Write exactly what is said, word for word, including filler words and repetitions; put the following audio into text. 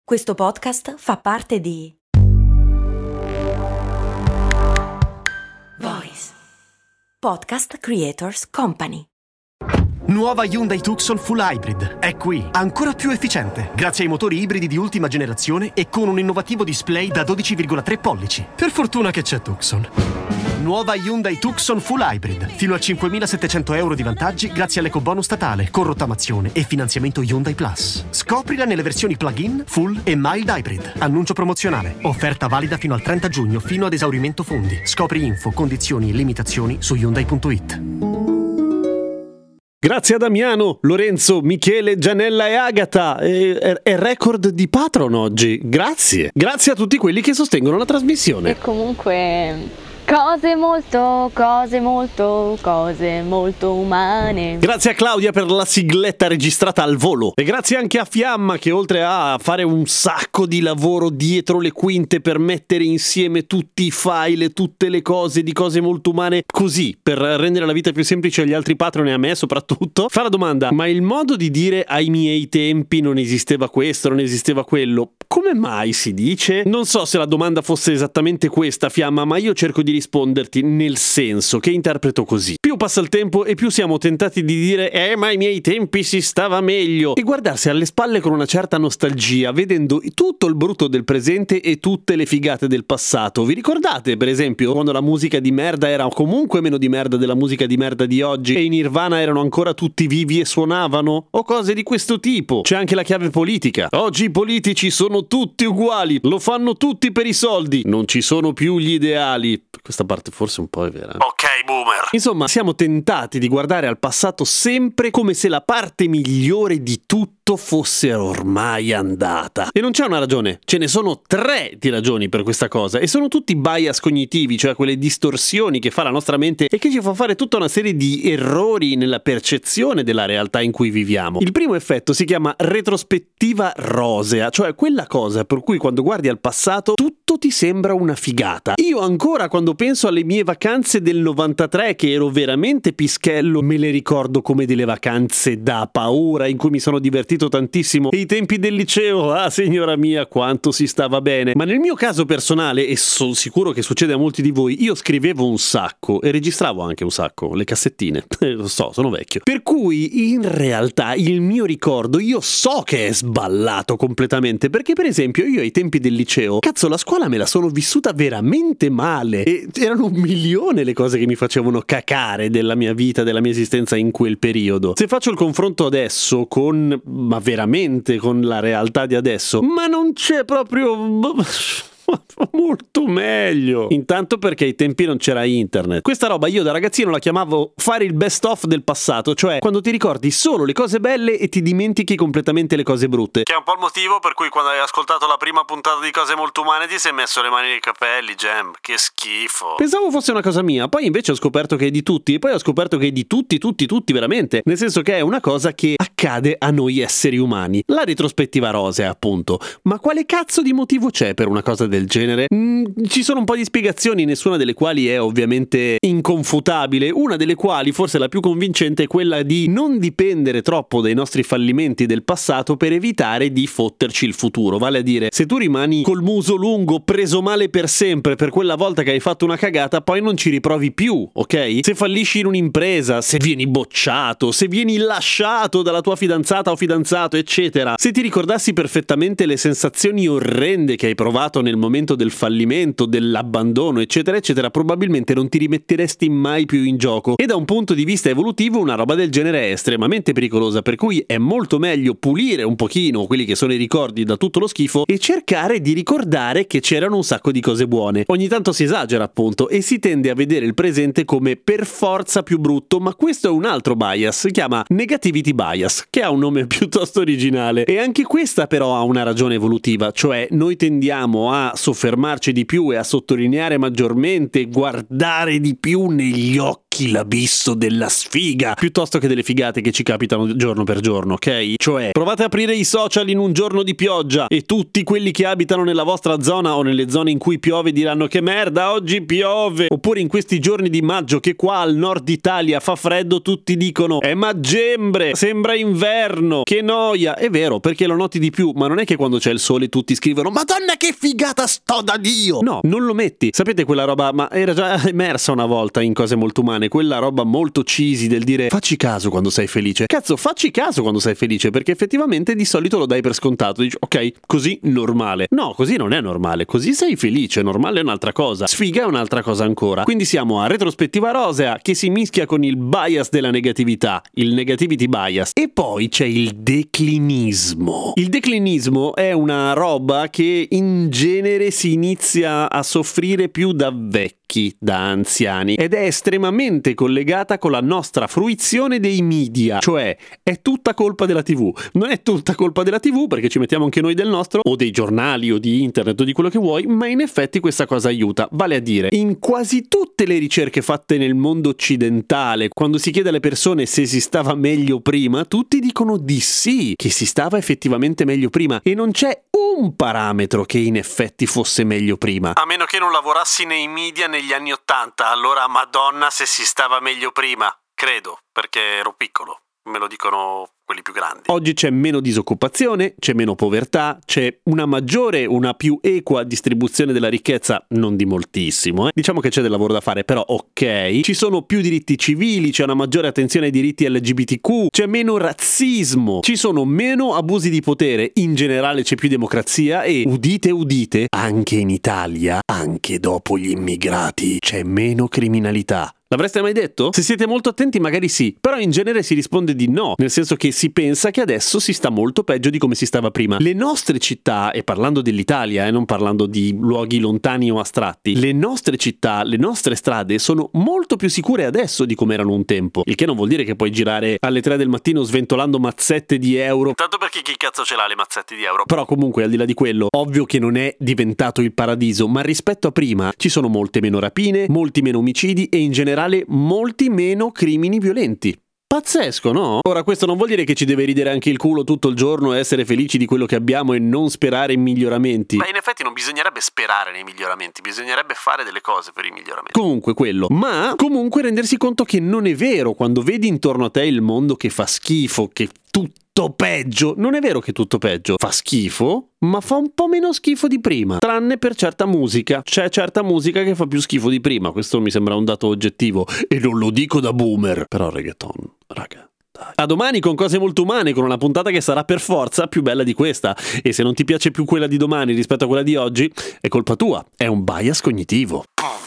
Questo podcast fa parte di Voice Podcast Creators Company. Nuova Hyundai Tucson Full Hybrid è qui, ancora più efficiente, grazie ai motori ibridi di ultima generazione e con un innovativo display da dodici virgola tre pollici. Per fortuna che c'è Tucson. Nuova Hyundai Tucson Full Hybrid, fino a cinquemilasettecento euro di vantaggi grazie all'ecobonus statale, con rottamazione e finanziamento Hyundai Plus. Scoprila nelle versioni plug-in, full e mild hybrid. Annuncio promozionale. Offerta valida fino al trenta giugno, fino ad esaurimento fondi. Scopri info, condizioni e limitazioni su Hyundai punto it. Grazie a Damiano, Lorenzo, Michele, Gianella e Agata. È, è, è record di Patreon oggi. Grazie. Grazie a tutti quelli che sostengono la trasmissione. E comunque cose molto, cose molto, cose molto umane. Grazie a Claudia per la sigletta registrata al volo. E grazie anche a Fiamma che oltre a fare un sacco di lavoro dietro le quinte per mettere insieme tutti i file e tutte le cose di cose molto umane, così, per rendere la vita più semplice agli altri Patreon e a me soprattutto, fa la domanda: ma il modo di dire ai miei tempi non esisteva questo, non esisteva quello, come mai si dice? Non so se la domanda fosse esattamente questa, Fiamma, ma io cerco di risponderti nel senso che interpreto così: più passa il tempo e più siamo tentati di dire eh ma ai miei tempi si stava meglio, e guardarsi alle spalle con una certa nostalgia, vedendo tutto il brutto del presente e tutte le figate del passato. Vi ricordate per esempio quando la musica di merda era comunque meno di merda della musica di merda di oggi e i Nirvana erano ancora tutti vivi e suonavano? O cose di questo tipo. C'è anche la chiave politica: oggi i politici sono tutti uguali, lo fanno tutti per i soldi, non ci sono più gli ideali. Questa parte forse un po' è vera. Ok, boomer. Insomma, siamo tentati di guardare al passato sempre come se la parte migliore di tutto fosse ormai andata. E non c'è una ragione, ce ne sono tre di ragioni per questa cosa, e sono tutti bias cognitivi, cioè quelle distorsioni che fa la nostra mente e che ci fa fare tutta una serie di errori nella percezione della realtà in cui viviamo. Il primo effetto si chiama retrospettiva rosea, cioè quella cosa per cui quando guardi al passato tutto ti sembra una figata. Io ancora quando penso alle mie vacanze del novantatré, che ero veramente pischello, me le ricordo come delle vacanze da paura in cui mi sono divertito tantissimo. E i tempi del liceo, ah signora mia quanto si stava bene. Ma nel mio caso personale, e sono sicuro che succede a molti di voi, io scrivevo un sacco e registravo anche un sacco, le cassettine. Lo so, sono vecchio. Per cui in realtà il mio ricordo io so che è sballato completamente, perché per esempio io ai tempi del liceo, cazzo, la scuola me la sono vissuta veramente male e erano un milione le cose che mi facevano cacare della mia vita, della mia esistenza in quel periodo. Se faccio il confronto adesso con, ma veramente con la realtà di adesso, ma non c'è proprio molto meglio. Intanto perché ai tempi non c'era internet. Questa roba io da ragazzino la chiamavo fare il best of del passato, cioè quando ti ricordi solo le cose belle e ti dimentichi completamente le cose brutte. Che è un po' il motivo per cui quando hai ascoltato la prima puntata di Cose Molto Umane ti sei messo le mani nei capelli, Gem. Che schifo. Pensavo fosse una cosa mia, poi invece ho scoperto che è di tutti, e poi ho scoperto che è di tutti, tutti, tutti veramente. Nel senso che è una cosa che accade a noi esseri umani. La retrospettiva rosea, appunto. Ma quale cazzo di motivo c'è per una cosa del genere? Mm, ci sono un po' di spiegazioni, nessuna delle quali è ovviamente inconfutabile. Una delle quali, forse la più convincente, è quella di non dipendere troppo dai nostri fallimenti del passato per evitare di fotterci il futuro. Vale a dire, se tu rimani col muso lungo, preso male per sempre per quella volta che hai fatto una cagata, poi non ci riprovi più, ok? Se fallisci in un'impresa, se vieni bocciato, se vieni lasciato dalla tua fidanzata o fidanzato, eccetera, se ti ricordassi perfettamente le sensazioni orrende che hai provato nel momento del fallimento, dell'abbandono, eccetera eccetera, probabilmente non ti rimetteresti mai più in gioco. E da un punto di vista evolutivo una roba del genere è estremamente pericolosa, per cui è molto meglio pulire un pochino quelli che sono i ricordi da tutto lo schifo e cercare di ricordare che c'erano un sacco di cose buone. Ogni tanto si esagera appunto e si tende a vedere il presente come per forza più brutto, ma questo è un altro bias, si chiama negativity bias, che ha un nome piuttosto originale, e anche questa però ha una ragione evolutiva, cioè noi tendiamo a soffermarci di più e a sottolineare maggiormente, guardare di più negli occhi cerchi l'abisso della sfiga, piuttosto che delle figate che ci capitano giorno per giorno, ok? Cioè, provate a aprire i social in un giorno di pioggia e tutti quelli che abitano nella vostra zona o nelle zone in cui piove diranno che merda, oggi piove. Oppure in questi giorni di maggio che qua al nord Italia fa freddo, tutti dicono è maggembre, sembra inverno, che noia. È vero, perché lo noti di più, ma non è che quando c'è il sole tutti scrivono Madonna che figata sto da Dio. No, non lo metti. Sapete quella roba, ma era già emersa una volta in Cose Molto Umane, quella roba molto cheesy del dire facci caso quando sei felice. Cazzo, facci caso quando sei felice, perché effettivamente di solito lo dai per scontato. Dici ok, così normale. No, così non è normale, così sei felice. Normale è un'altra cosa, sfiga è un'altra cosa ancora. Quindi siamo a retrospettiva rosea che si mischia con il bias della negatività, il negativity bias. E poi c'è il declinismo. Il declinismo è una roba che in genere si inizia a soffrire più da vecchi, da anziani, ed è estremamente collegata con la nostra fruizione dei media. Cioè, è tutta colpa della tivù. Non è tutta colpa della tivù, perché ci mettiamo anche noi del nostro, o dei giornali, o di internet, o di quello che vuoi, ma in effetti questa cosa aiuta. Vale a dire, in quasi tutte le ricerche fatte nel mondo occidentale, quando si chiede alle persone se si stava meglio prima, tutti dicono di sì, che si stava effettivamente meglio prima, e non c'è un parametro che in effetti fosse meglio prima. A meno che non lavorassi nei media negli anni ottanta, allora madonna se si stava meglio prima, credo, perché ero piccolo, me lo dicono quelli più grandi. Oggi c'è meno disoccupazione, c'è meno povertà, c'è una maggiore, una più equa distribuzione della ricchezza, non di moltissimo, eh. Diciamo che c'è del lavoro da fare, però ok. Ci sono più diritti civili, c'è una maggiore attenzione ai diritti L G B T Q, c'è meno razzismo, ci sono meno abusi di potere, in generale c'è più democrazia e, udite udite, anche in Italia, anche dopo gli immigrati, c'è meno criminalità. L'avreste mai detto? Se siete molto attenti magari sì, però in genere si risponde di no, nel senso che si pensa che adesso si sta molto peggio di come si stava prima. Le nostre città, e parlando dell'Italia, e eh, non parlando di luoghi lontani o astratti, le nostre città, le nostre strade sono molto più sicure adesso di come erano un tempo, il che non vuol dire che puoi girare alle tre del mattino sventolando mazzette di euro. Tanto perché chi cazzo ce l'ha le mazzette di euro? Però comunque, al di là di quello, ovvio che non è diventato il paradiso, ma rispetto a prima ci sono molte meno rapine, molti meno omicidi e in generale molti meno crimini violenti. Pazzesco, no? Ora, questo non vuol dire che ci deve ridere anche il culo tutto il giorno e essere felici di quello che abbiamo e non sperare in miglioramenti. Ma in effetti non bisognerebbe sperare nei miglioramenti, bisognerebbe fare delle cose per i miglioramenti. Comunque quello. Ma comunque rendersi conto che non è vero quando vedi intorno a te il mondo che fa schifo, che tutto peggio. Non è vero che tutto peggio. Fa schifo, ma fa un po' meno schifo di prima. Tranne per certa musica. C'è certa musica che fa più schifo di prima. Questo mi sembra un dato oggettivo. E non lo dico da boomer. Però reggaeton, raga. A domani con Cose Molto Umane, con una puntata che sarà per forza più bella di questa. E se non ti piace più quella di domani rispetto a quella di oggi, è colpa tua. È un bias cognitivo.